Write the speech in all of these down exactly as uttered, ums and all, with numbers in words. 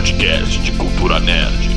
podcast de cultura nerd.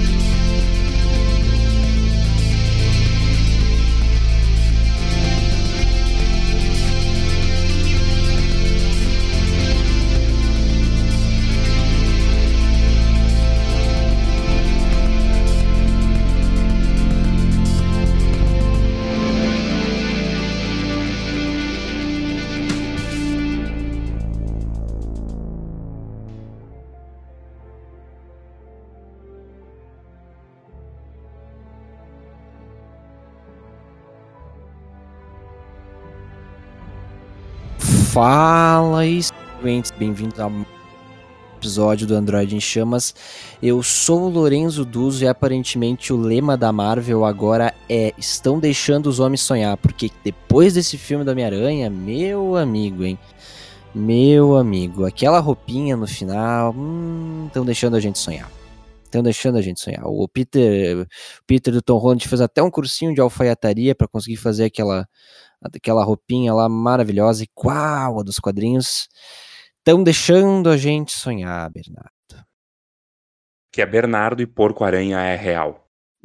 Fala aí, gente, bem-vindos ao episódio do Android em Chamas. Eu sou o Lorenzo Duzo e aparentemente o lema da Marvel agora é: estão deixando os homens sonhar, porque depois desse filme do Homem-Aranha, meu amigo, hein? Meu amigo, aquela roupinha no final, hum, estão deixando a gente sonhar. Estão deixando a gente sonhar. O Peter, o Peter do Tom Holland fez até um cursinho de alfaiataria para conseguir fazer aquela aquela roupinha lá maravilhosa, igual a dos quadrinhos. Estão deixando a gente sonhar, Bernardo. Que é Bernardo e Porco-Aranha é real.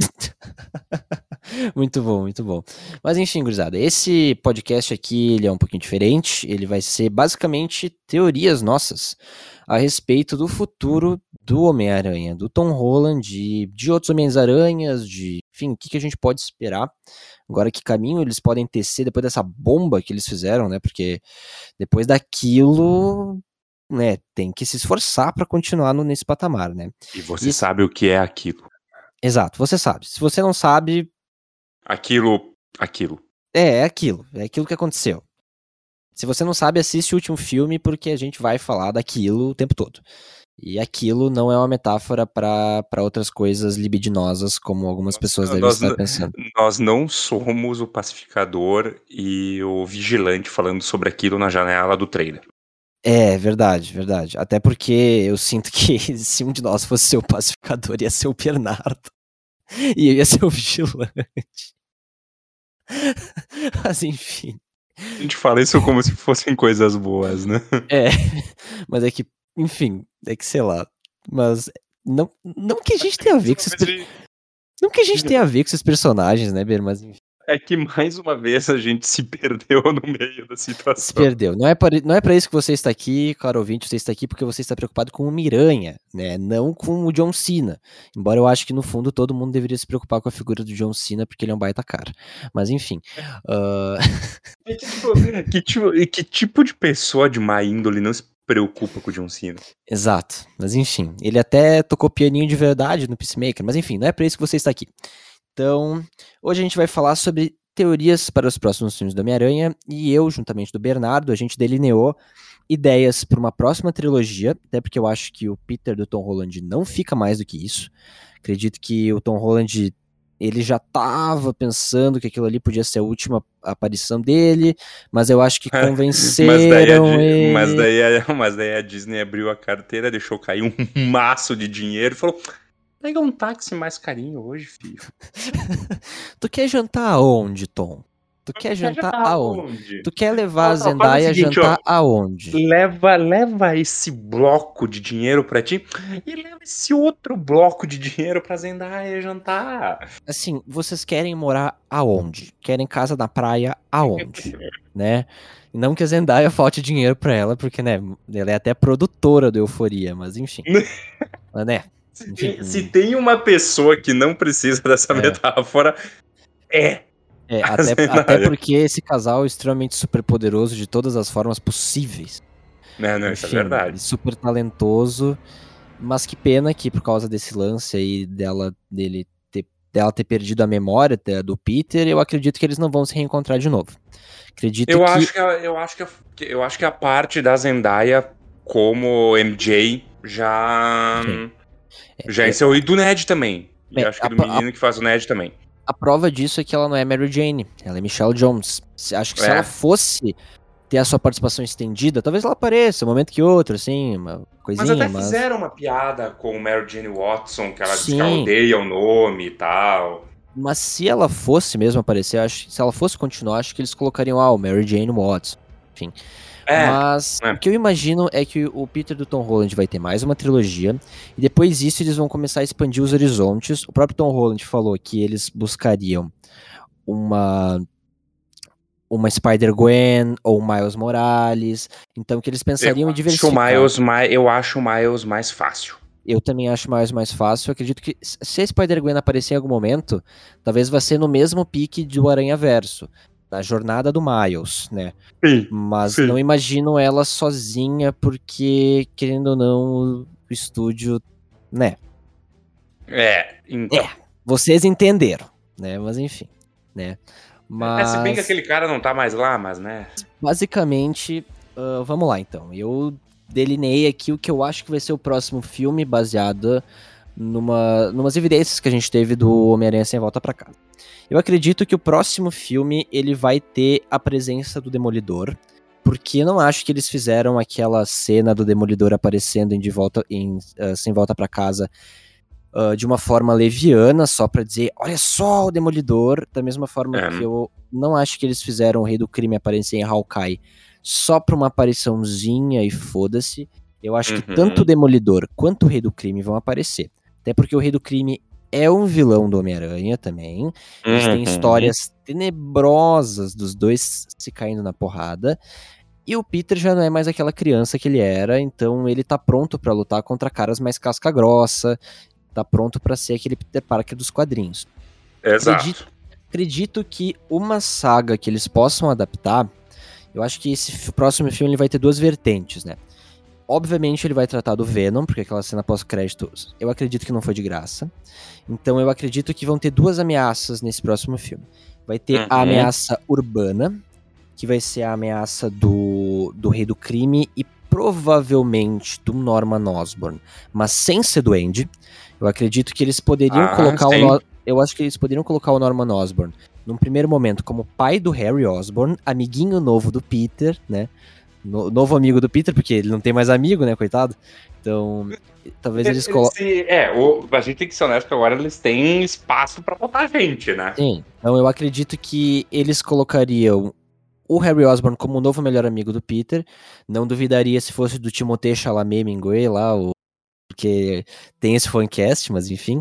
Muito bom, muito bom. Mas enfim, gurizada, esse podcast aqui ele é um pouquinho diferente. Ele vai ser basicamente teorias nossas a respeito do futuro do Homem-Aranha, do Tom Holland, de, de outros Homens-Aranhas, de, enfim, o que, que a gente pode esperar. Agora, que caminho eles podem tecer depois dessa bomba que eles fizeram, né? Porque depois daquilo, né, tem que se esforçar para continuar no, nesse patamar, né? E você e... sabe o que é aquilo. Exato, você sabe. Se você não sabe... Aquilo, aquilo. É, é aquilo. É aquilo que aconteceu. Se você não sabe, assiste o último filme, porque a gente vai falar daquilo o tempo todo. E aquilo não é uma metáfora para outras coisas libidinosas, como algumas pessoas devem nós, estar pensando. Nós não somos o pacificador e o vigilante falando sobre aquilo na janela do trailer. É, verdade, verdade. Até porque eu sinto que se um de nós fosse ser o pacificador, ia ser o Bernardo. E eu ia ser o vigilante. Mas enfim. A gente fala isso como se fossem coisas boas, né? É, mas é que, enfim, é que sei lá. Mas não, não que a gente tenha a ver com esses per... Não que a gente tenha a ver com esses personagens, né, Ber? Mas enfim. É que mais uma vez a gente se perdeu no meio da situação. Se perdeu. Não é para não é para isso que você está aqui, caro ouvinte, você está aqui porque você está preocupado com o Miranha, né? Não com o John Cena. Embora eu acho que no fundo todo mundo deveria se preocupar com a figura do John Cena porque ele é um baita cara. Mas enfim. Uh... que, tipo, que, tipo, que tipo de pessoa de má índole não se preocupa com o John Cena? Exato. Mas enfim, ele até tocou pianinho de verdade no Peacemaker, mas enfim, não é para isso que você está aqui. Então, hoje a gente vai falar sobre teorias para os próximos filmes do Homem-Aranha, e eu, juntamente do Bernardo, a gente delineou ideias para uma próxima trilogia, até porque eu acho que o Peter do Tom Holland não fica mais do que isso. Acredito que o Tom Holland, ele já estava pensando que aquilo ali podia ser a última aparição dele, mas eu acho que convenceram mas, daí a, ele... mas, daí a, mas daí a Disney abriu a carteira, deixou cair um maço de dinheiro e falou... Pega um táxi mais carinho hoje, filho. Tu quer jantar aonde, Tom? Tu, tu quer, quer jantar, jantar aonde? aonde? Tu quer levar a Zendaya a jantar ó, aonde? Leva, leva esse bloco de dinheiro pra ti e leva esse outro bloco de dinheiro pra Zendaya jantar. Assim, vocês querem morar aonde? Querem casa na praia aonde? Né? Não que a Zendaya falte dinheiro pra ela, porque, né, ela é até produtora do Euforia, mas enfim. Mas, né? Se tem, se tem uma pessoa que não precisa dessa é. metáfora, é. é até, até porque esse casal é extremamente super poderoso de todas as formas possíveis. Não, não, Enfim, isso é verdade. Super talentoso, mas que pena que por causa desse lance aí dela, dele ter, dela ter perdido a memória do Peter, eu acredito que eles não vão se reencontrar de novo. Acredito eu que... Acho que a, eu, acho que a, eu acho que a parte da Zendaya como M J já... Sim. Já encerrou, e do Ned também. E é, acho que a, do menino a, que faz o Ned também. A prova disso é que ela não é Mary Jane, ela é Michelle Jones. Acho que é. se ela fosse ter a sua participação estendida, talvez ela apareça, um momento que outro, assim, uma coisinha. Mas até mas... fizeram uma piada com Mary Jane Watson, que ela Sim. diz que ela odeia o nome e tal. Mas se ela fosse mesmo aparecer, acho, se ela fosse continuar, acho que eles colocariam, ah, o Mary Jane Watson. Enfim. É, Mas é. o que eu imagino é que o Peter do Tom Holland vai ter mais uma trilogia, e depois disso eles vão começar a expandir os horizontes. O próprio Tom Holland falou que eles buscariam uma uma Spider-Gwen ou um Miles Morales, então que eles pensariam eu em diversificar. Acho o Miles mais, eu acho o Miles mais fácil. Eu também acho mais mais fácil. Eu acredito que se a Spider-Gwen aparecer em algum momento, talvez vá ser no mesmo pique do Aranha-Verso, da jornada do Miles, né? Sim, Mas sim. não imagino ela sozinha, porque, querendo ou não, o estúdio, né? É, então. É, vocês entenderam, né? Mas enfim, né? É, se bem que Mas, aquele cara não tá mais lá, mas né. basicamente, uh, vamos lá então. Eu delineei aqui o que eu acho que vai ser o próximo filme, baseado numa numas evidências que a gente teve do Homem-Aranha Sem Volta Pra Casa. Eu acredito que o próximo filme ele vai ter a presença do Demolidor, porque eu não acho que eles fizeram aquela cena do Demolidor aparecendo em De Volta em uh, Sem Volta Pra Casa uh, de uma forma leviana, só pra dizer, olha só o Demolidor, da mesma forma É. que eu não acho que eles fizeram o Rei do Crime aparecer em Hawkeye só pra uma apariçãozinha e foda-se. Eu acho Uhum. que tanto o Demolidor quanto o Rei do Crime vão aparecer. Até porque o Rei do Crime é um vilão do Homem-Aranha também. Eles têm Uhum. histórias tenebrosas dos dois se caindo na porrada. E o Peter já não é mais aquela criança que ele era, então ele tá pronto pra lutar contra caras mais casca grossa, tá pronto pra ser aquele Peter Parker dos quadrinhos. Exato. Acredito, acredito que uma saga que eles possam adaptar, eu acho que esse próximo filme ele vai ter duas vertentes, né? Obviamente ele vai tratar do Venom, porque aquela cena pós-créditos eu acredito que não foi de graça. Então eu acredito que vão ter duas ameaças nesse próximo filme. Vai ter Uhum. a ameaça urbana, que vai ser a ameaça do, do Rei do Crime e provavelmente do Norman Osborn, mas sem ser Duende. Eu acredito que eles poderiam Ah, colocar sim. o no... Eu acho que eles poderiam colocar o Norman Osborn num primeiro momento como pai do Harry Osborn, amiguinho novo do Peter, né? No, novo amigo do Peter, porque ele não tem mais amigo, né, coitado? Então, talvez eles coloquem... É, o, a gente tem que ser honesto que agora eles têm espaço pra botar gente, né? Sim, então eu acredito que eles colocariam o Harry Osborn como o novo melhor amigo do Peter. Não duvidaria se fosse do Timothée Chalamet Mingue lá, o... porque tem esse fancast, mas enfim.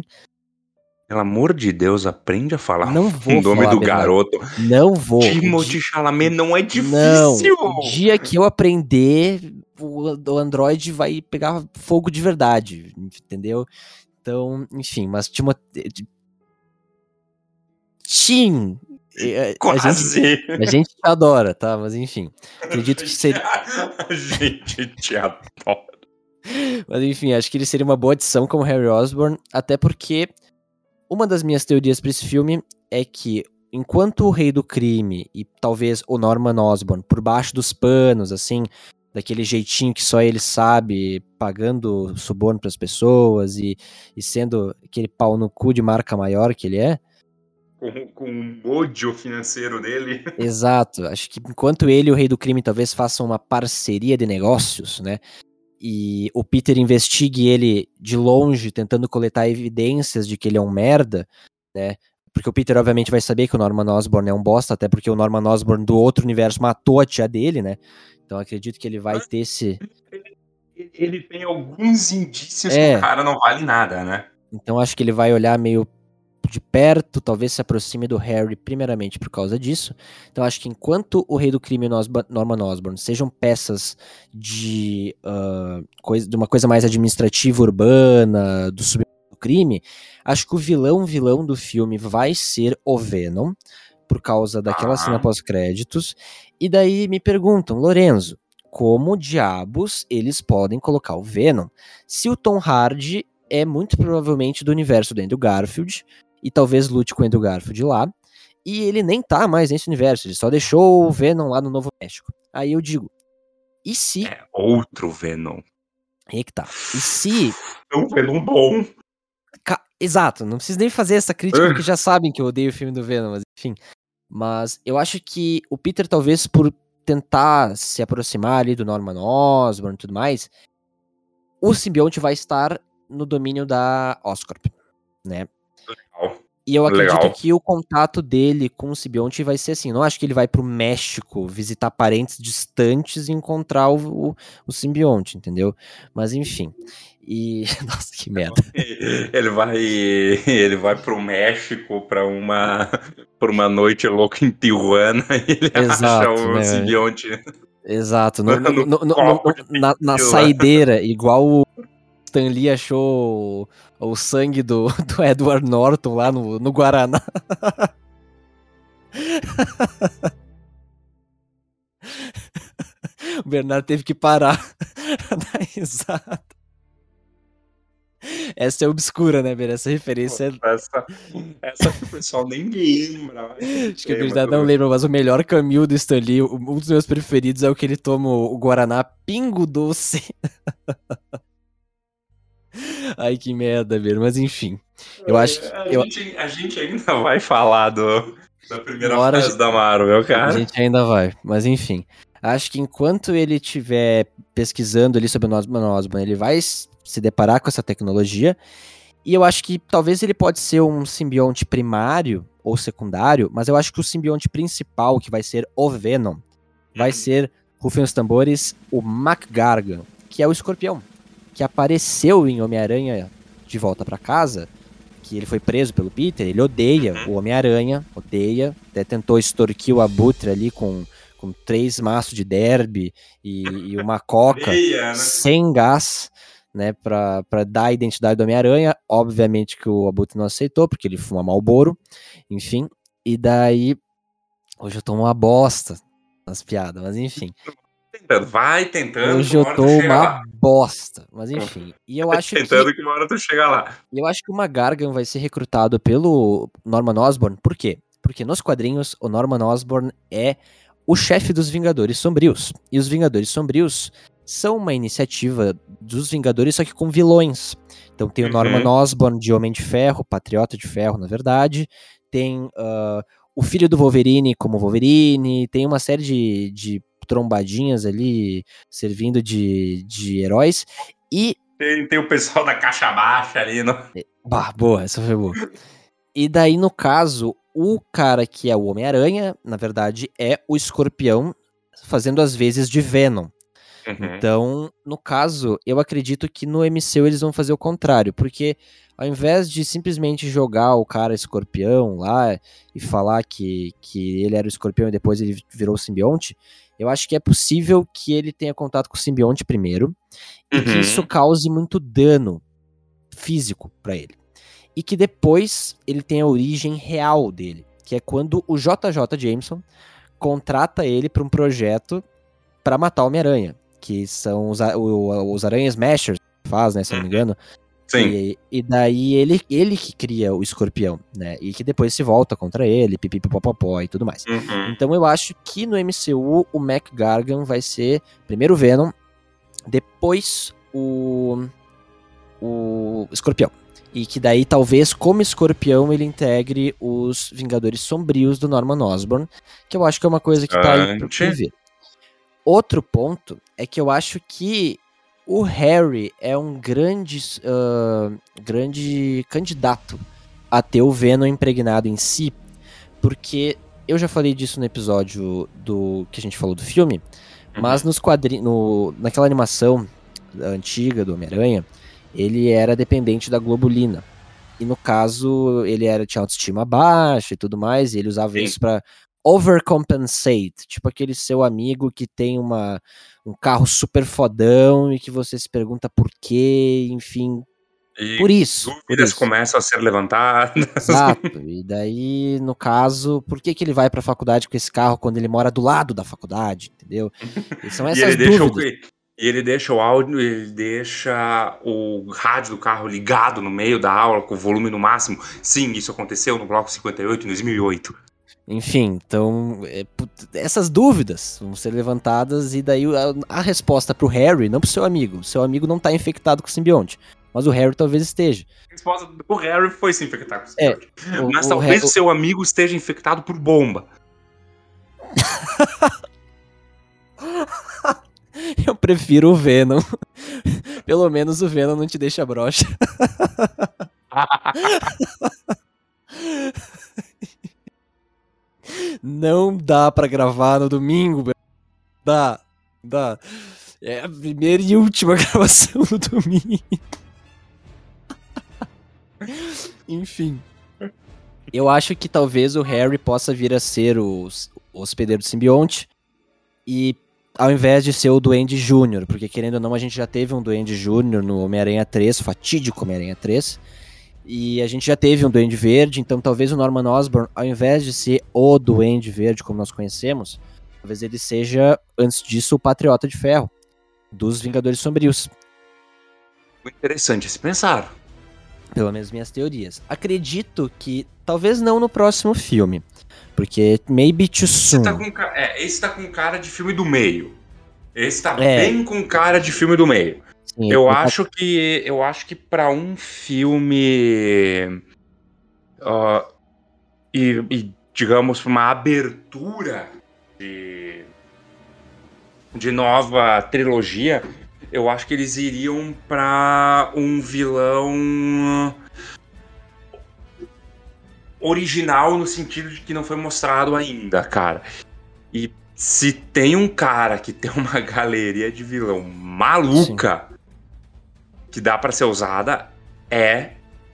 Pelo amor de Deus, aprende a falar Não vou o nome falar do mesmo. garoto. Não vou. Timothée di... Chalamet não é difícil. Não, o dia que eu aprender, o, o Android vai pegar fogo de verdade, entendeu? Então, enfim, mas Timothée... Tim... Quase. A gente, a gente te adora, tá? Mas enfim, acredito que seria... A gente te adora. Mas enfim, acho que ele seria uma boa adição como Harry Osborn, até porque uma das minhas teorias para esse filme é que enquanto o Rei do Crime e talvez o Norman Osborn, por baixo dos panos, assim, daquele jeitinho que só ele sabe, pagando suborno para as pessoas e, e sendo aquele pau no cu de marca maior que ele é, Com, com o ódio financeiro dele. exato, acho que enquanto ele e o Rei do Crime talvez façam uma parceria de negócios, né, e o Peter investigue ele de longe, tentando coletar evidências de que ele é um merda, né, porque o Peter obviamente vai saber que o Norman Osborn é um bosta, até porque o Norman Osborn do outro universo matou a tia dele, né, então acredito que ele vai ter esse... Ele, ele tem alguns indícios é, que o cara não vale nada, né? Então acho que ele vai olhar meio de perto, talvez se aproxime do Harry primeiramente por causa disso. Então acho que enquanto o Rei do Crime e o Norman Osborn sejam peças de, uh, coisa, de uma coisa mais administrativa, urbana, do submundo do crime, acho que o vilão vilão do filme vai ser o Venom, por causa daquela Ah. cena pós-créditos. E daí me perguntam, Lorenzo, como diabos eles podem colocar o Venom se o Tom Hardy é muito provavelmente do universo do Andrew Garfield, e talvez lute com o Andrew Garfield lá, e ele nem tá mais nesse universo, ele só deixou o Venom lá no Novo México. Aí eu digo, e se... É outro Venom. Aí que tá. E se... É um Venom bom. Ca... Exato, não preciso nem fazer essa crítica, porque já sabem que eu odeio o filme do Venom, mas enfim. Mas eu acho que o Peter, talvez por tentar se aproximar ali do Norman Osborn e tudo mais, o simbionte vai estar no domínio da Oscorp, né? Legal. E eu acredito Legal. que o contato dele com o simbionte vai ser assim. Não acho que ele vai pro México visitar parentes distantes e encontrar o, o, o simbionte, entendeu? Mas enfim. E. Nossa, que merda. Ele vai, ele vai pro México pra uma, pra uma noite louca em Tijuana e ele acha Exato, o né? simbionte Exato. No, no, no no, no, copo no, de na, na tequila. saideira, igual o Stan Lee achou o, o sangue do, do Edward Norton lá no, no Guaraná. O Bernardo teve que parar pra dar risada. Essa é obscura, né, Bernardo? Essa referência é... Essa, essa que o pessoal nem lembra. Acho que o Bernardo não lembra, mas o melhor caminho do Stan Lee, um dos meus preferidos é o que ele toma o Guaraná Pingo Doce. Ai, que merda, Bernardo. Mas enfim, eu acho que... A, Eu... gente, a gente ainda vai falar do, da primeira Hora fase de... da Marvel, cara. A gente ainda vai, mas enfim. Acho que enquanto ele estiver pesquisando ali sobre o Norman Osborn, ele vai se deparar com essa tecnologia. E eu acho que talvez ele pode ser um simbionte primário ou secundário, mas eu acho que o simbionte principal, que vai ser o Venom, vai Uhum. ser, rufem os tambores, o McGargan, que é o escorpião, que apareceu em Homem-Aranha de Volta pra Casa, que ele foi preso pelo Peter, ele odeia Uhum. o Homem-Aranha, odeia, até tentou extorquir o Abutre ali com, com três maços de derby e, e uma coca Meia, né? sem gás, né, pra, pra dar a identidade do Homem-Aranha. Obviamente que o Abutre não aceitou, porque ele fuma Marlboro, enfim, e daí, hoje eu tô uma bosta nas piadas, mas enfim. Tentando, vai tentando. Hoje que eu uma hora tô tu chega uma lá. bosta, mas enfim. E eu Vai acho tentando que que uma hora tu chega lá. eu acho que o McGargan vai ser recrutado pelo Norman Osborn. Por quê? Porque nos quadrinhos o Norman Osborn é o chefe dos Vingadores Sombrios. E os Vingadores Sombrios são uma iniciativa dos Vingadores, só que com vilões. Então tem o Uhum. Norman Osborn de Homem de Ferro, Patriota de Ferro, na verdade. Tem uh, o filho do Wolverine como Wolverine. Tem uma série de, de trombadinhas ali servindo de, de heróis. E Tem, tem o pessoal da caixa baixa ali. No... Bah, boa, essa foi boa. E daí, no caso, o cara que é o Homem-Aranha, na verdade, é o Escorpião fazendo as vezes de Venom. Uhum. Então, no caso, eu acredito que no M C U eles vão fazer o contrário, porque ao invés de simplesmente jogar o cara Escorpião lá e falar que, que ele era o Escorpião e depois ele virou o simbionte, eu acho que é possível que ele tenha contato com o simbionte primeiro e Uhum. que isso cause muito dano físico pra ele. E que depois ele tenha a origem real dele, que é quando o J J Jameson contrata ele pra um projeto pra matar o Homem-Aranha, que são os, o, os Aranha Smashers que faz, né, se eu não me engano. Sim. E, e daí ele, ele que cria o Escorpião, né, e que depois se volta contra ele, pipipipopopó e tudo mais. Uhum. Então eu acho que no M C U o McGargan vai ser primeiro o Venom, depois o, o Escorpião. E que daí, talvez, como Escorpião, ele integre os Vingadores Sombrios do Norman Osborn, que eu acho que é uma coisa que tá aí pra Ante. ver. Outro ponto é que eu acho que o Harry é um grande, uh, grande candidato a ter o Venom impregnado em si, porque eu já falei disso no episódio do que a gente falou do filme, mas nos quadrinhos, no, naquela animação antiga do Homem-Aranha, ele era dependente da globulina. E no caso, ele era, tinha autoestima baixa e tudo mais, e ele usava Sim. isso pra overcompensate, tipo aquele seu amigo que tem uma, um carro super fodão e que você se pergunta por quê, enfim, E por isso. Por dúvidas isso. começam a ser levantadas. Exato, e daí, no caso, por que que ele vai pra faculdade com esse carro quando ele mora do lado da faculdade, entendeu? E são E essas ele deixa dúvidas. o e ele deixa o áudio, ele deixa o rádio do carro ligado no meio da aula, com o volume no máximo. Sim, isso aconteceu no bloco cinquenta e oito, em dois mil e oito. Enfim, então, é, put- essas dúvidas vão ser levantadas e daí a, a resposta pro Harry, não pro seu amigo. O seu amigo não tá infectado com o simbionte, mas o Harry talvez esteja. A resposta do Harry foi se infectar com o É, simbionte. o- Mas o talvez Harry- o seu amigo esteja infectado por bomba. Eu prefiro o Venom. Pelo menos o Venom não te deixa broxa. Não dá pra gravar no domingo, velho. Dá, dá. É a primeira e última gravação no domingo. Enfim. Eu acho que talvez o Harry possa vir a ser o, o hospedeiro do simbionte. E ao invés de ser o Duende Júnior, porque querendo ou não, a gente já teve um Duende Júnior no Homem-Aranha três, fatídico Homem-Aranha três. E a gente já teve um Duende Verde, então talvez o Norman Osborn, ao invés de ser o Duende Verde como nós conhecemos, talvez ele seja, antes disso, o Patriota de Ferro, dos Vingadores Sombrios. Interessante se pensar. Pelo menos minhas teorias. Acredito que, talvez não no próximo filme, porque maybe too soon. Esse tá com, é, esse tá com cara de filme do meio. Esse tá É. bem com cara de filme do meio. Sim, eu acho tá... que eu acho que para um filme uh, e, e digamos uma abertura de, de nova trilogia, eu acho que eles iriam para um vilão original no sentido de que não foi mostrado ainda, cara. E se tem um cara que tem uma galeria de vilão maluca, sim, que dá pra ser usada, é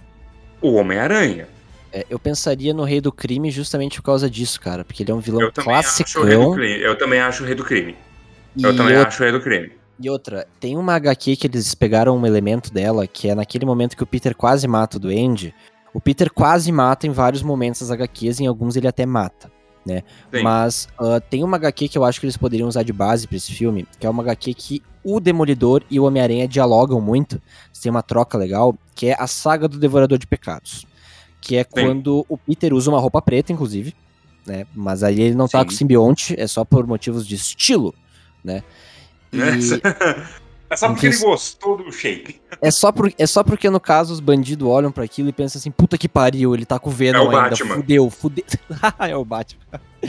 o Homem-Aranha. É, eu pensaria no Rei do Crime justamente por causa disso, cara. Porque ele é um vilão eu classicão. Eu também acho o Rei do Crime. Eu também outra, acho o Rei do Crime. E outra, tem uma H Q que eles pegaram um elemento dela, que é naquele momento que o Peter quase mata o Duende. O Peter quase mata em vários momentos das H Qs, em alguns ele até mata, né? Sim. Mas uh, tem uma H Q que eu acho que eles poderiam usar de base pra esse filme, que é uma H Q que o Demolidor e o Homem-Aranha dialogam muito, tem uma troca legal, que é a Saga do Devorador de Pecados. Que é Sim. quando o Peter usa uma roupa preta, inclusive, né? Mas aí ele não Sim. tá com simbionte, é só por motivos de estilo, né? E... É só porque Enfim, ele gostou do shape. É só, por, é só porque, no caso, os bandidos olham pra aquilo e pensam assim, puta que pariu, ele tá com o Venom é o ainda, Batman. fudeu, fudeu. É o Batman.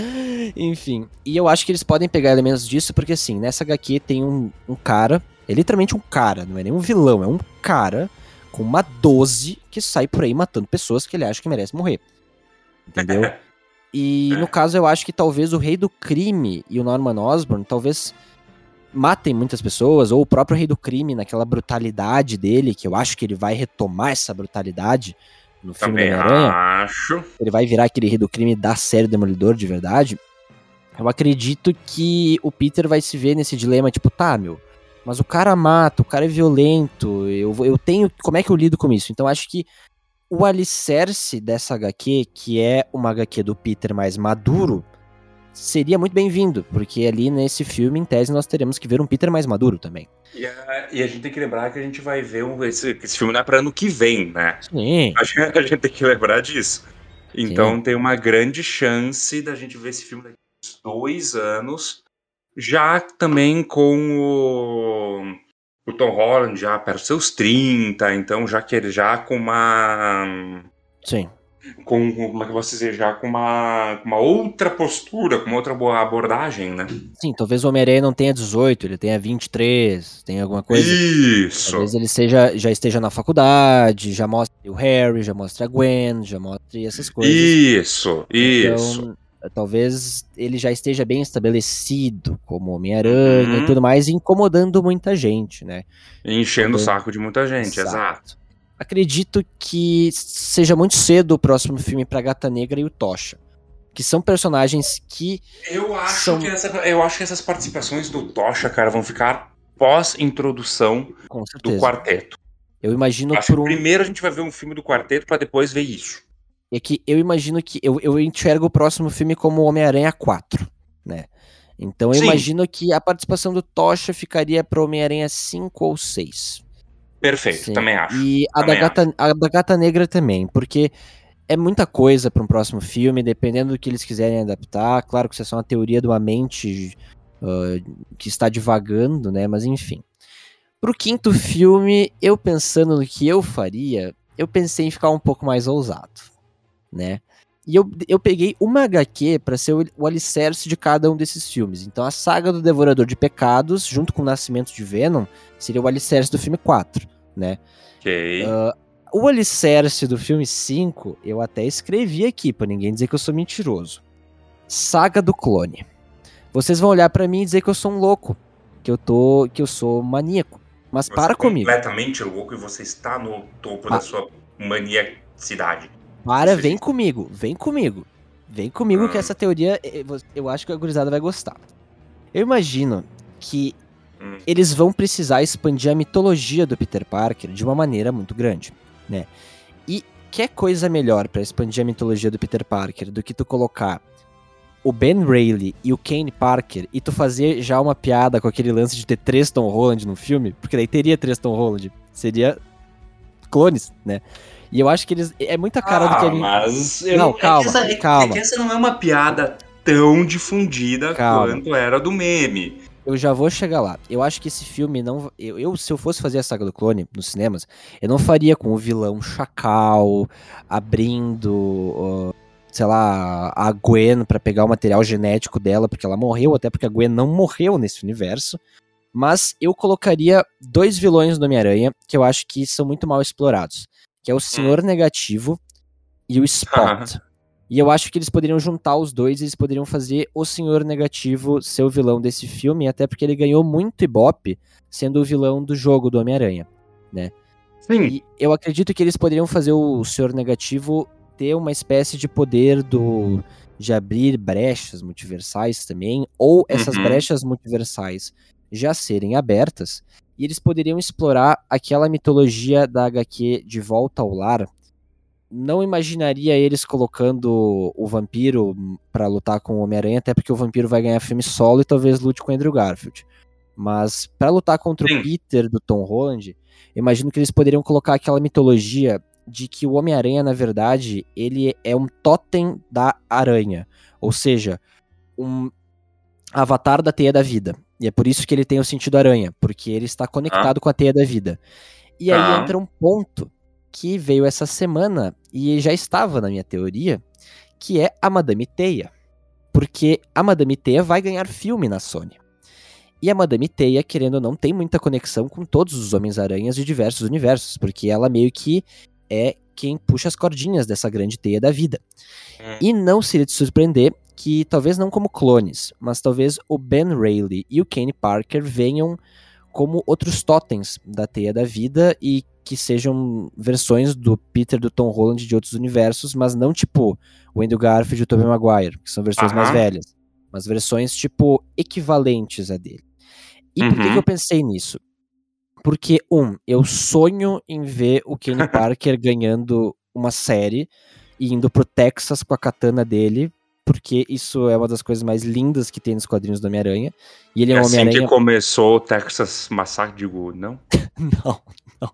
Enfim, e eu acho que eles podem pegar elementos disso, porque assim, nessa H Q tem um, um cara, é literalmente um cara, não é nem um vilão, é um cara com uma doze que sai por aí matando pessoas que ele acha que merecem morrer. Entendeu? E no caso eu acho que talvez o Rei do Crime e o Norman Osborn, talvez... matem muitas pessoas, ou o próprio Rei do Crime naquela brutalidade dele, que eu acho que ele vai retomar essa brutalidade no filme Também do Homem-Aranha. acho. Ele vai virar aquele Rei do Crime da série Demolidor de verdade. Eu acredito que o Peter vai se ver nesse dilema, tipo, tá, meu, mas o cara mata, o cara é violento, eu, eu tenho, como é que eu lido com isso? Então acho que o alicerce dessa H Q, que é uma H Q do Peter mais maduro, seria muito bem-vindo, porque ali nesse filme, em tese, nós teremos que ver um Peter mais maduro também. E a, e a gente tem que lembrar que a gente vai ver um, esse, esse filme não é pra ano que vem, né? Sim. A gente, a gente tem que lembrar disso. Então Sim. tem uma grande chance da gente ver esse filme daqui a uns dois anos, já também com o, o Tom Holland já perto dos seus trinta, então já que ele já com uma... Sim. Com, como é que eu posso dizer, já com uma, uma outra postura, com uma outra boa abordagem, né? Sim, talvez o Homem-Aranha não tenha dezoito, ele tenha vinte e três, tenha alguma coisa. Isso! Talvez ele seja, já esteja na faculdade, já mostre o Harry, já mostre a Gwen, já mostre essas coisas. Isso, isso. Então, talvez ele já esteja bem estabelecido como Homem-Aranha uhum. e tudo mais, incomodando muita gente, né? Enchendo o saco de muita gente, exato. exato. Acredito que seja muito cedo o próximo filme pra Gata Negra e o Tocha. Que são personagens que... Eu acho, são... que, essa, eu acho que essas participações do Tocha, cara, vão ficar pós-introdução do quarteto. Eu imagino acho por que um... primeiro a gente vai ver um filme do quarteto pra depois ver isso. É que eu imagino que... Eu, eu enxergo o próximo filme como Homem-Aranha quatro, né? Então eu Sim. imagino que a participação do Tocha ficaria pro Homem-Aranha cinco ou seis. Perfeito, Sim. também acho. E a da, Gata, a da Gata Negra também, porque é muita coisa para um próximo filme, dependendo do que eles quiserem adaptar. Claro que isso é só uma teoria de uma mente uh, que está divagando, né? Mas enfim. Pro quinto filme, eu pensando no que eu faria, eu pensei em ficar um pouco mais ousado, né? E eu, eu peguei uma H Q para ser o, o alicerce de cada um desses filmes. Então a saga do Devorador de Pecados, junto com o Nascimento de Venom, seria o alicerce do filme quatro, né? Ok. Uh, o alicerce do filme cinco, eu até escrevi aqui, pra ninguém dizer que eu sou mentiroso. Saga do Clone. Vocês vão olhar pra mim e dizer que eu sou um louco, que eu tô, que eu sou maníaco. Mas você para é comigo. Completamente louco e você está no topo ah. da sua maniacidade. Para, vem diz. comigo, vem comigo. Vem comigo hum. que essa teoria, eu acho que a gurizada vai gostar. Eu imagino que hum. eles vão precisar expandir a mitologia do Peter Parker de uma maneira muito grande, né? E que coisa melhor pra expandir a mitologia do Peter Parker do que tu colocar o Ben Reilly e o Kane Parker e tu fazer já uma piada com aquele lance de ter três Tom Holland no filme, porque daí teria três Tom Holland, seria clones, né? E eu acho que eles... É muita cara ah, do Kevin... mas... Não, calma, é que essa, calma. É que essa não é uma piada tão difundida calma. quanto era do meme. Eu já vou chegar lá. Eu acho que esse filme não... Eu, eu, se eu fosse fazer a Saga do Clone nos cinemas, eu não faria com o vilão Chacal abrindo... Uh, sei lá, a Gwen pra pegar o material genético dela, porque ela morreu, até porque a Gwen não morreu nesse universo. Mas eu colocaria dois vilões do Homem-Aranha que eu acho que são muito mal explorados, que é o Senhor hum. Negativo e o Spot. E eu acho que eles poderiam juntar os dois e eles poderiam fazer o Senhor Negativo ser o vilão desse filme, até porque ele ganhou muito ibope sendo o vilão do jogo do Homem-Aranha, né? Sim. E eu acredito que eles poderiam fazer o Senhor Negativo ter uma espécie de poder do de abrir brechas multiversais também, ou essas uhum. brechas multiversais já serem abertas, e eles poderiam explorar aquela mitologia da agá quê De Volta ao Lar. Não imaginaria eles colocando o vampiro pra lutar com o Homem-Aranha, até porque o vampiro vai ganhar filme solo e talvez lute com o Andrew Garfield. Mas pra lutar contra Sim. o Peter do Tom Holland, imagino que eles poderiam colocar aquela mitologia de que o Homem-Aranha, na verdade, ele é um totem da aranha. Ou seja, um avatar da teia da vida. E é por isso que ele tem o sentido aranha, porque ele está conectado ah. com a teia da vida. E aí ah. entra um ponto que veio essa semana, e já estava na minha teoria, que é a Madame Teia. Porque a Madame Teia vai ganhar filme na Sony. E a Madame Teia, querendo ou não, tem muita conexão com todos os Homens-Aranhas de diversos universos, porque ela meio que é quem puxa as cordinhas dessa grande teia da vida. Hum. E não seria de surpreender que, talvez não como clones, mas talvez o Ben Reilly e o Kane Parker venham como outros totens da teia da vida e que sejam versões do Peter, do Tom Holland de outros universos, mas não tipo o Andrew Garfield e o Tobey Maguire, que são versões Aham. mais velhas, mas versões tipo equivalentes a dele. E uhum. por que, que eu pensei nisso? Porque, um, eu sonho em ver o Kane Parker ganhando uma série e indo pro Texas com a katana dele, porque isso é uma das coisas mais lindas que tem nos quadrinhos do Homem-Aranha. E ele é, é um assim Homem-Aranha... que começou o Texas Massacre, digo, não? não, não.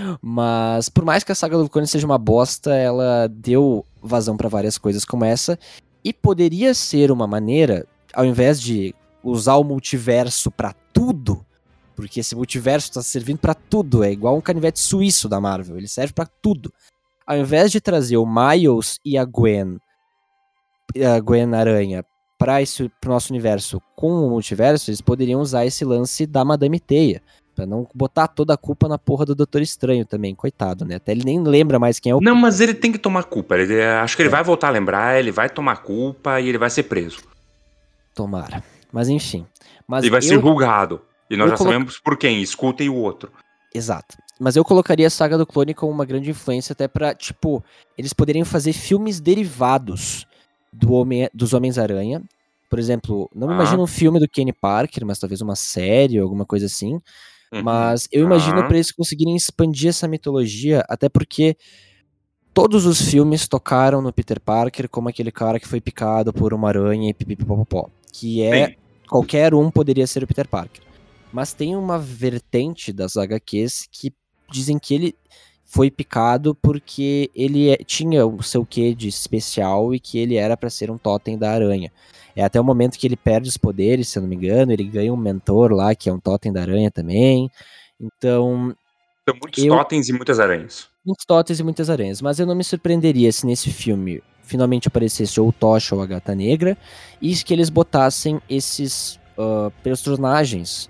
Mas, por mais que a saga do Clone seja uma bosta, ela deu vazão pra várias coisas como essa, e poderia ser uma maneira, ao invés de usar o multiverso pra tudo, porque esse multiverso tá servindo pra tudo, é igual um canivete suíço da Marvel, ele serve pra tudo. Ao invés de trazer o Miles e a Gwen, a Gwen Aranha, pra esse, pro nosso universo com o multiverso, eles poderiam usar esse lance da Madame Teia, pra não botar toda a culpa na porra do Doutor Estranho também, coitado, né? Até ele nem lembra mais quem é o... Não, mas ele tem que tomar culpa, ele, acho que ele é. vai voltar a lembrar, ele vai tomar culpa e ele vai ser preso. Tomara, mas enfim. Mas ele vai eu... ser julgado. E nós eu já colo... sabemos por quem, escutem o outro. Exato. Mas eu colocaria a Saga do Clone como uma grande influência até pra, tipo, eles poderiam fazer filmes derivados do Homem... dos Homens-Aranha. Por exemplo, não me ah. imagino um filme do Kane Parker, mas talvez uma série ou alguma coisa assim. Uhum. Mas eu imagino ah. pra eles conseguirem expandir essa mitologia, até porque todos os filmes tocaram no Peter Parker como aquele cara que foi picado por uma aranha e pipipipopopó. Que é... Sim. Qualquer um poderia ser o Peter Parker. Mas tem uma vertente das agá quês que dizem que ele foi picado porque ele é, tinha o seu quê de especial e que ele era pra ser um totem da aranha. É até o momento que ele perde os poderes, se eu não me engano, ele ganha um mentor lá, que é um totem da aranha também. Então... São muitos eu, totens e muitas aranhas. Muitos totens e muitas aranhas, mas eu não me surpreenderia se nesse filme finalmente aparecesse ou o Tocha ou a Gata Negra, e que eles botassem esses uh, personagens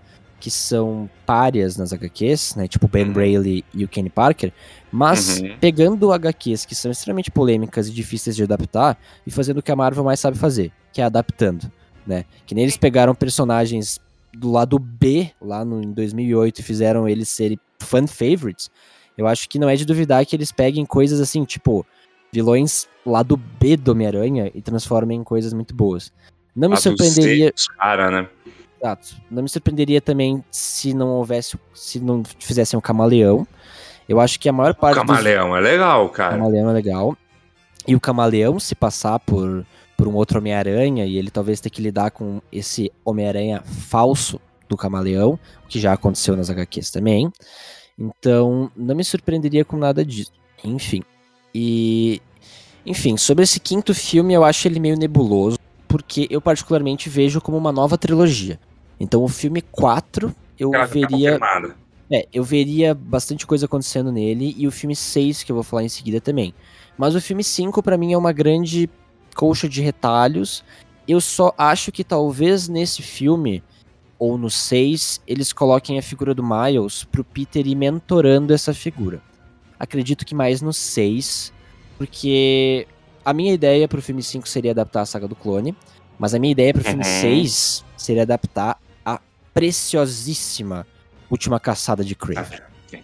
que são párias nas H Qs, né? Tipo o Ben uhum. Reilly e o Kenny Parker, mas uhum. pegando H Qs que são extremamente polêmicas e difíceis de adaptar e fazendo o que a Marvel mais sabe fazer, que é adaptando, né? Que nem eles pegaram personagens do lado B, lá no, em dois mil e oito, e fizeram eles serem fan favorites. Eu acho que não é de duvidar que eles peguem coisas assim, tipo, vilões lado B do Homem-Aranha e transformem em coisas muito boas. Não me surpreenderia... Cara, né? Exato. Não me surpreenderia também se não houvesse, se não fizessem um camaleão. Eu acho que a maior parte O camaleão dos... é legal, cara. O camaleão é legal. E o camaleão, se passar por, por um outro Homem-Aranha, e ele talvez ter que lidar com esse Homem-Aranha falso do camaleão, o que já aconteceu nas H Qs também. Então, não me surpreenderia com nada disso. Enfim. E... Enfim, sobre esse quinto filme, eu acho ele meio nebuloso, porque eu particularmente vejo como uma nova trilogia. Então o filme quatro, eu Ela veria... Tá é, eu veria bastante coisa acontecendo nele, e o filme seis, que eu vou falar em seguida também. Mas o filme cinco, pra mim, é uma grande colcha de retalhos. Eu só acho que talvez nesse filme, ou no seis, eles coloquem a figura do Miles pro Peter ir mentorando essa figura. Acredito que mais no seis, porque... A minha ideia pro filme cinco seria adaptar a Saga do Clone, mas a minha ideia pro filme Uhum. seis seria adaptar a preciosíssima Última Caçada de Kraven. Ah,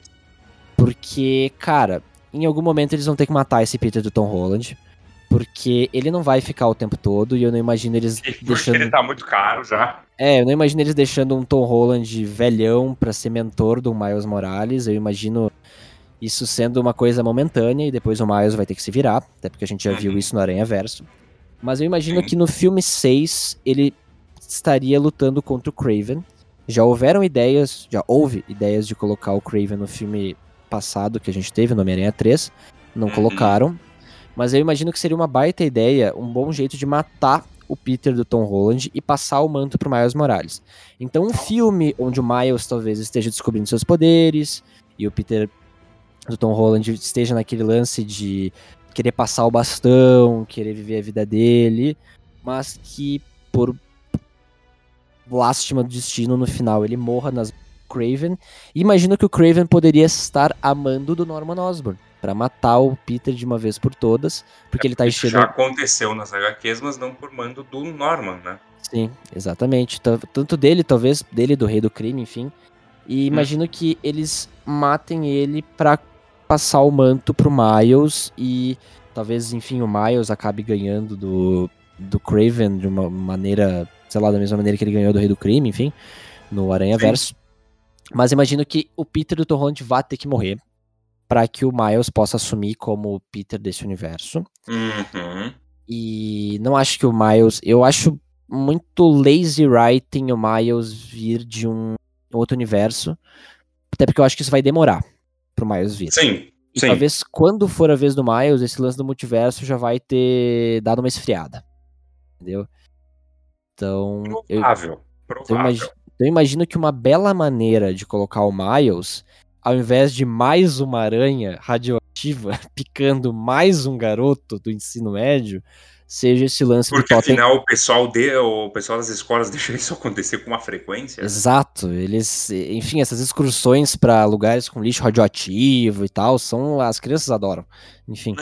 porque, cara, em algum momento eles vão ter que matar esse Peter do Tom Holland, porque ele não vai ficar o tempo todo, e eu não imagino eles porque deixando... ele tá muito caro já. É, eu não imagino eles deixando um Tom Holland velhão pra ser mentor do Miles Morales. Eu imagino... isso sendo uma coisa momentânea, e depois o Miles vai ter que se virar, até porque a gente já uhum. viu isso no Aranhaverso. Mas eu imagino Sim. que no filme seis, ele estaria lutando contra o Kraven. Já houveram ideias, já houve ideias de colocar o Kraven no filme passado que a gente teve, no Homem-Aranha três. Não uhum. colocaram. Mas eu imagino que seria uma baita ideia, um bom jeito de matar o Peter do Tom Holland e passar o manto pro Miles Morales. Então um filme onde o Miles talvez esteja descobrindo seus poderes, e o Peter... do Tom Holland esteja naquele lance de querer passar o bastão, querer viver a vida dele, mas que por lástima do destino, no final ele morra nas Kraven. E imagino que o Kraven poderia estar amando do Norman Osborn, pra matar o Peter de uma vez por todas, porque é, ele tá enchendo... já aconteceu nas H Qs, mas não por mando do Norman, né? Sim, exatamente. Tanto dele, talvez, dele, do Rei do Crime, enfim. E imagino hum. que eles matem ele pra passar o manto pro Miles, e talvez, enfim, o Miles acabe ganhando do, do Kraven de uma maneira, sei lá, da mesma maneira que ele ganhou do Rei do Crime, enfim, no Aranhaverso. Mas imagino que o Peter do Tom Holland vai ter que morrer para que o Miles possa assumir como o Peter desse universo. Uhum. E não acho que o Miles... Eu acho muito lazy writing o Miles vir de um outro universo, até porque eu acho que isso vai demorar pro Miles vir. Sim, e sim. Talvez quando for a vez do Miles, esse lance do multiverso já vai ter dado uma esfriada. Entendeu? Então... Provável. Eu, provável. Eu, imagino, eu imagino que uma bela maneira de colocar o Miles, ao invés de mais uma aranha radioativa picando mais um garoto do ensino médio, seja esse lance Porque do totem... afinal o pessoal, de, o pessoal das escolas deixa isso acontecer com uma frequência. Exato, eles, enfim, essas excursões para lugares com lixo radioativo e tal, são, as crianças adoram, enfim.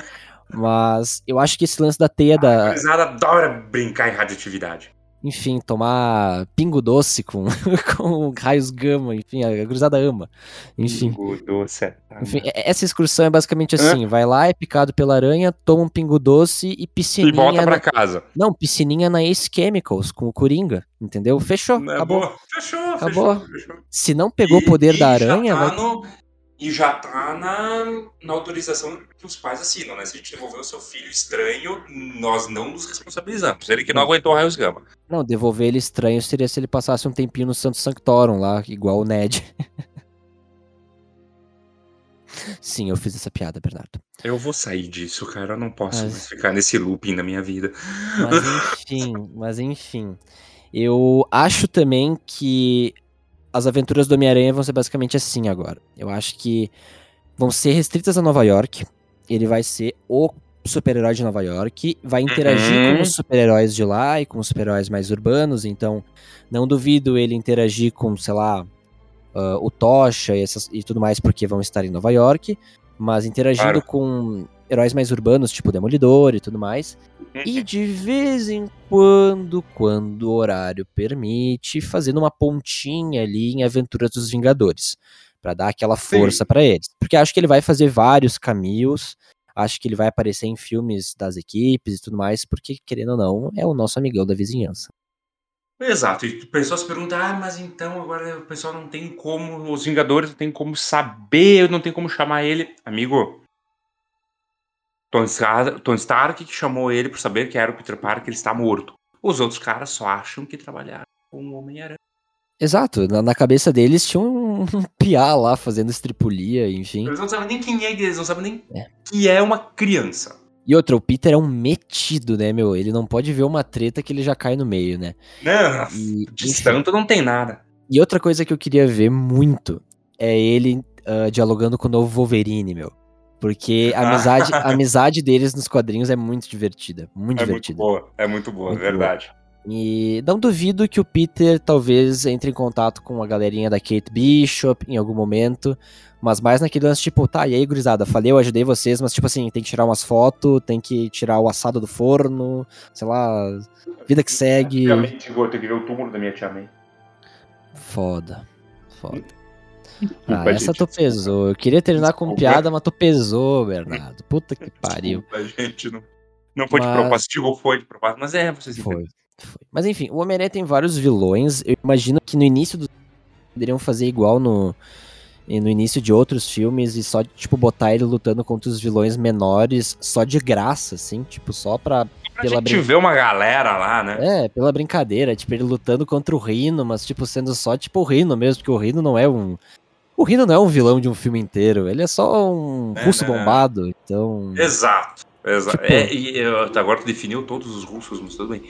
Mas eu acho que esse lance da teia ah, da... A criançada adora brincar em radioatividade. Enfim, tomar pingo doce com, com raios gama, enfim, a gurizada ama. Enfim, pingo doce. É... enfim, essa excursão é basicamente assim, Hã? vai lá, é picado pela aranha, toma um pingo doce e piscininha... E volta pra na... casa. Não, piscininha na Ace Chemicals, com o Coringa, entendeu? Fechou, não acabou. É fechou, acabou. fechou, fechou. Se não pegou o poder e da aranha... Já tá vai... no... E já tá na, na autorização que os pais assinam, né? Se a gente devolver o seu filho estranho, nós não nos responsabilizamos. Ele que não, não aguentou raios gama. Não, devolver ele estranho seria se ele passasse um tempinho no Santo Sanctorum lá, igual o Ned. Sim, eu fiz essa piada, Bernardo. Eu vou sair disso, cara. Eu não posso mas... mais ficar nesse looping na minha vida. Mas enfim, mas enfim. Eu acho também que as aventuras do Homem-Aranha vão ser basicamente assim agora. Eu acho que vão ser restritas a Nova York. Ele vai ser o super-herói de Nova York. Vai interagir uhum. com os super-heróis de lá e com os super-heróis mais urbanos. Então, não duvido ele interagir com, sei lá, uh, o Tocha e, essas, e tudo mais, porque vão estar em Nova York, mas interagindo claro. com heróis mais urbanos, tipo Demolidor e tudo mais. E de vez em quando, quando o horário permite, fazendo uma pontinha ali em Aventuras dos Vingadores, pra dar aquela força pra eles. Porque acho que ele vai fazer vários cameos, acho que ele vai aparecer em filmes das equipes e tudo mais, porque, querendo ou não, é o nosso amigão da vizinhança. Exato, e o pessoal se pergunta, ah, mas então agora o pessoal não tem como, os Vingadores não tem como saber, não tem como chamar ele. Amigo, Tony Stark, Tony Stark que chamou ele por saber que era o Peter Parker, ele está morto. Os outros caras só acham que trabalharam com o Homem-Aranha. Exato, na, na cabeça deles tinha um, um piá lá fazendo estripulia, enfim. Eles não sabem nem quem é, eles não sabem nem é. que é uma criança. E outra, o Peter é um metido, né, meu? Ele não pode ver uma treta que ele já cai no meio, né? Não, e, de tanto não tem nada. E outra coisa que eu queria ver muito é ele uh, dialogando com o novo Wolverine, meu. Porque a amizade, a amizade deles nos quadrinhos é muito divertida. Muito é divertida. Muito boa, é muito boa, muito verdade. Boa. E não duvido que o Peter talvez entre em contato com a galerinha da Kate Bishop em algum momento, mas mais naquele lance tipo, tá, e aí gurizada, falei, eu ajudei vocês, mas tipo assim, tem que tirar umas fotos, tem que tirar o assado do forno, sei lá, vida que segue. Tem que ver o túmulo da minha tia May. Foda, foda. Ah, essa tu pesou. Eu queria terminar Desculpa. com piada, mas tu pesou, Bernardo. Puta que pariu. Desculpa, gente, não, não foi mas... de propósito, ou foi de propósito, mas é, vocês foi. Foi. Mas enfim, o Homem-Aranha tem vários vilões. Eu imagino que no início do poderiam fazer igual no, no início de outros filmes e só, tipo, botar ele lutando contra os vilões menores só de graça, assim, tipo, só pra... Pra pela gente brin... ver uma galera lá, né? É, pela brincadeira, tipo, ele lutando contra o Rhino, mas, tipo, sendo só, tipo, o Rhino mesmo, porque o Rhino não é um... O Rhino não é um vilão de um filme inteiro, ele é só um é, russo né? bombado, então... Exato, exato. Tipo... É, e eu, agora tu definiu todos os russos, mas tudo bem.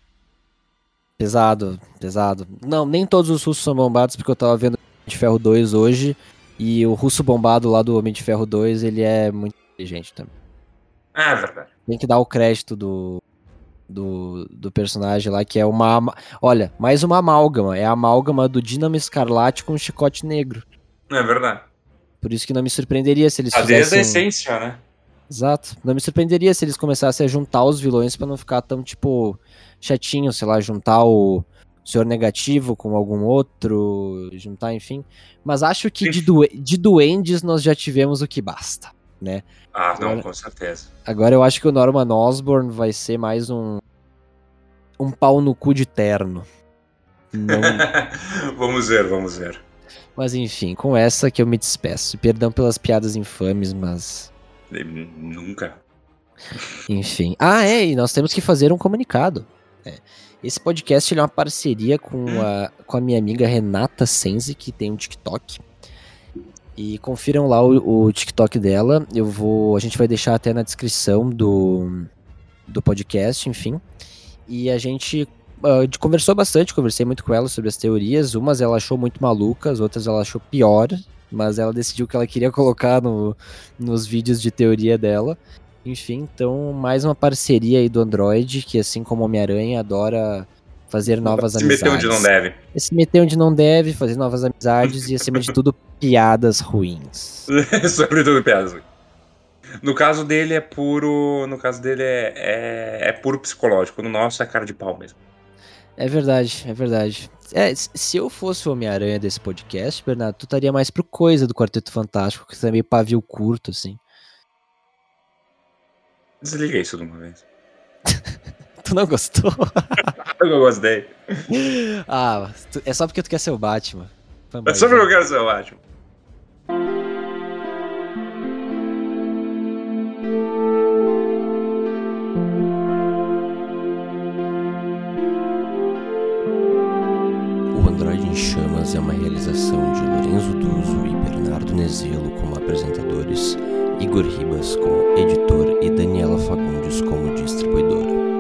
Pesado, pesado. Não, nem todos os russos são bombados, porque eu tava vendo Homem de Ferro dois hoje, e o russo bombado lá do Homem de Ferro dois, ele é muito inteligente também. É verdade. Tem que dar o crédito do, do, do personagem lá, que é uma... Olha, mais uma amálgama. É a amálgama do Dínamo Escarlate com o Chicote Negro. É verdade. Por isso que não me surpreenderia se eles a fizessem... Desde a essência, né? Exato. Não me surpreenderia se eles começassem a juntar os vilões pra não ficar tão, tipo... chatinho, sei lá, juntar o Senhor Negativo com algum outro, juntar, enfim. Mas acho que de, du de duendes nós já tivemos o que basta, né? Ah, agora, não, com certeza. Agora eu acho que o Norman Osborn vai ser mais um um pau no cu de terno. Não... vamos ver, vamos ver. Mas enfim, com essa que eu me despeço. Perdão pelas piadas infames, mas... Nunca. Enfim. Ah, é, e nós temos que fazer um comunicado. É. Esse podcast ele é uma parceria com a, com a minha amiga Renata Senzi, que tem um TikTok. E confiram lá o, o TikTok dela. Eu vou, a gente vai deixar até na descrição do, do podcast, enfim. E a gente uh, conversou bastante, conversei muito com ela sobre as teorias. Umas ela achou muito malucas, outras ela achou pior. Mas ela decidiu que ela queria colocar no, nos vídeos de teoria dela. Enfim, então mais uma parceria aí do Android, que assim como Homem-Aranha adora fazer novas amizades. Se meter onde não deve. Se meter onde não deve, fazer novas amizades e acima de tudo, piadas ruins. Sobretudo piadas ruins. No caso dele é puro. No caso dele é, é, é puro psicológico. No nosso é cara de pau mesmo. É verdade, é verdade. É, se eu fosse o Homem-Aranha desse podcast, Bernardo, tu estaria mais pro Coisa do Quarteto Fantástico, que é meio pavio curto, assim. Desliga isso de uma vez. Tu não gostou? Eu não gostei. Ah, tu, é só porque tu quer ser o Batman. É só porque eu quero ser o Batman. O Android em Chamas é uma realização de Lorenzo Duso e Bernardo Nezelo como apresentadores, Igor Ribas como editor e Daniela Fagundes como distribuidora.